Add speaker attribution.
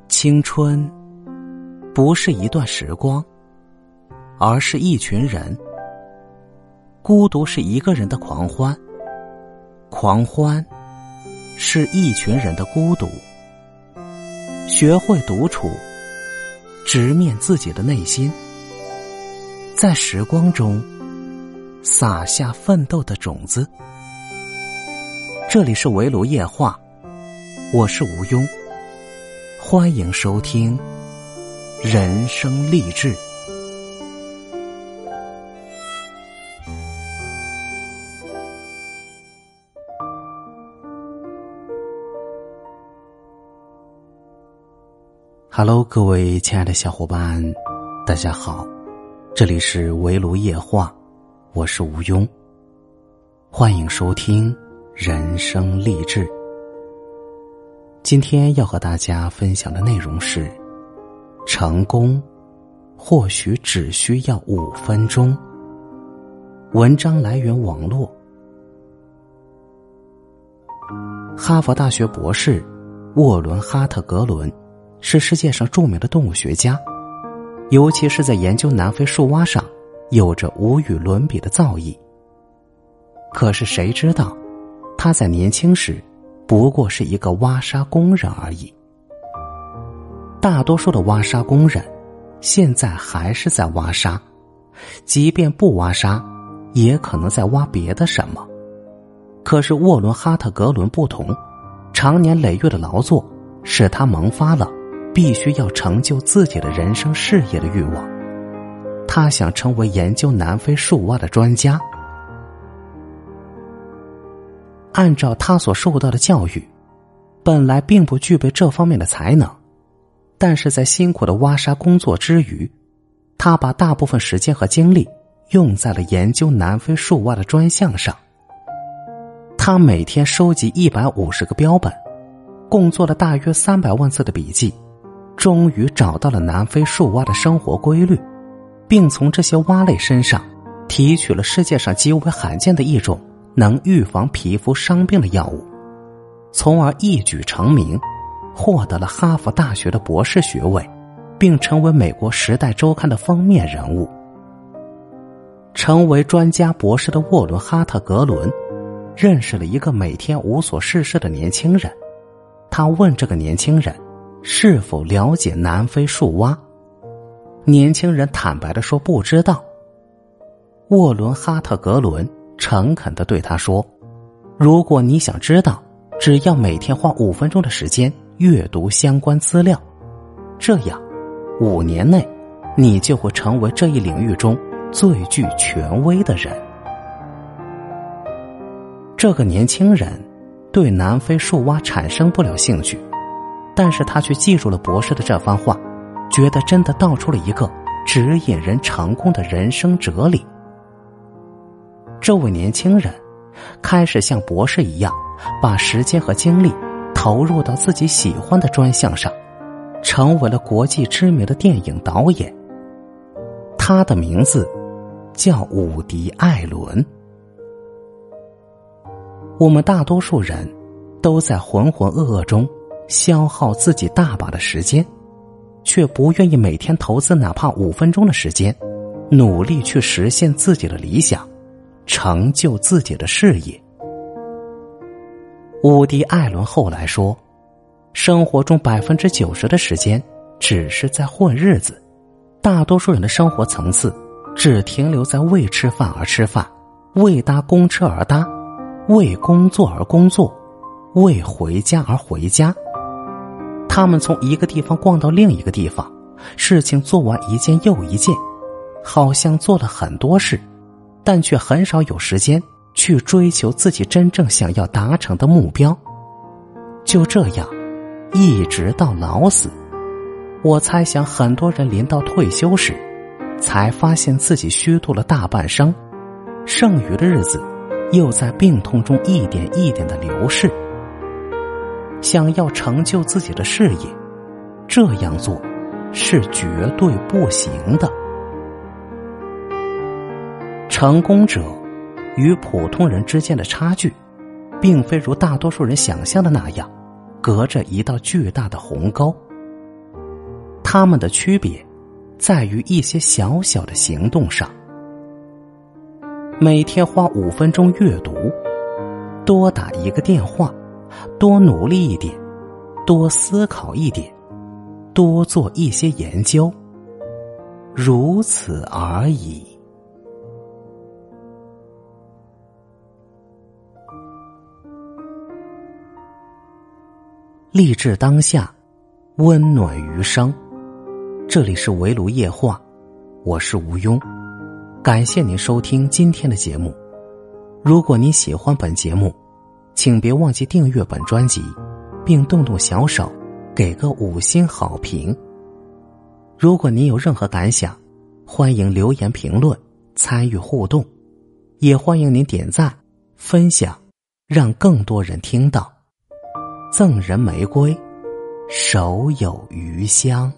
Speaker 1: 青春不是一段时光，而是一群人。孤独是一个人的狂欢，狂欢是一群人的孤独。学会独处，直面自己的内心，在时光中撒下奋斗的种子。这里是围炉夜话，我是吴庸，欢迎收听人生励志。Hello， 各位亲爱的小伙伴，大家好，这里是围炉夜话，我是吴庸，欢迎收听人生励志。今天要和大家分享的内容是：成功或许只需要5分钟。文章来源网络。哈佛大学博士沃伦·哈特格伦是世界上著名的动物学家，尤其是在研究南非树蛙上有着无与伦比的造诣。可是谁知道他在年轻时不过是一个挖沙工人而已。大多数的挖沙工人现在还是在挖沙，即便不挖沙也可能在挖别的什么。可是沃伦·哈特格伦不同，长年累月的劳作使他萌发了必须要成就自己的人生事业的欲望。他想成为研究南非树蛙的专家。按照他所受到的教育，本来并不具备这方面的才能，但是在辛苦的挖沙工作之余，他把大部分时间和精力用在了研究南非树蛙的专项上。他每天收集150个标本，共做了大约300万字的笔记，终于找到了南非树蛙的生活规律，并从这些蛙类身上提取了世界上极为罕见的一种能预防皮肤伤病的药物，从而一举成名，获得了哈佛大学的博士学位，并成为美国《时代周刊》的封面人物。成为专家博士的沃伦·哈特格伦认识了一个每天无所事事的年轻人，他问这个年轻人是否了解南非树蛙。年轻人坦白地说不知道。沃伦·哈特格伦诚恳地对他说，如果你想知道，只要每天花5分钟的时间阅读相关资料，这样5年内你就会成为这一领域中最具权威的人。这个年轻人对南非树蛙产生不了兴趣，但是他却记住了博士的这番话，觉得真的道出了一个指引人成功的人生哲理。这位年轻人开始像博士一样，把时间和精力投入到自己喜欢的专项上，成为了国际知名的电影导演。他的名字叫伍迪·艾伦。我们大多数人都在浑浑噩噩中消耗自己大把的时间，却不愿意每天投资哪怕5分钟的时间，努力去实现自己的理想，成就自己的事业。伍迪·艾伦后来说，生活中90%的时间只是在混日子，大多数人的生活层次只停留在为吃饭而吃饭，为搭公车而搭，为工作而工作，为回家而回家。他们从一个地方逛到另一个地方，事情做完一件又一件，好像做了很多事，但却很少有时间去追求自己真正想要达成的目标。就这样一直到老死。我猜想很多人临到退休时才发现自己虚度了大半生，剩余的日子又在病痛中一点一点的流逝。想要成就自己的事业，这样做是绝对不行的。成功者与普通人之间的差距，并非如大多数人想象的那样，隔着一道巨大的鸿沟， 它们的区别在于一些小小的行动上。每天花5分钟阅读，多打一个电话，多努力一点，多思考一点，多做一些研究，如此而已。励志当下，温暖余生。这里是围炉夜话，我是吴庸，感谢您收听今天的节目。如果您喜欢本节目，请别忘记订阅本专辑，并动动小手给个5星好评。如果您有任何感想，欢迎留言评论参与互动，也欢迎您点赞分享，让更多人听到。赠人玫瑰，手有余香。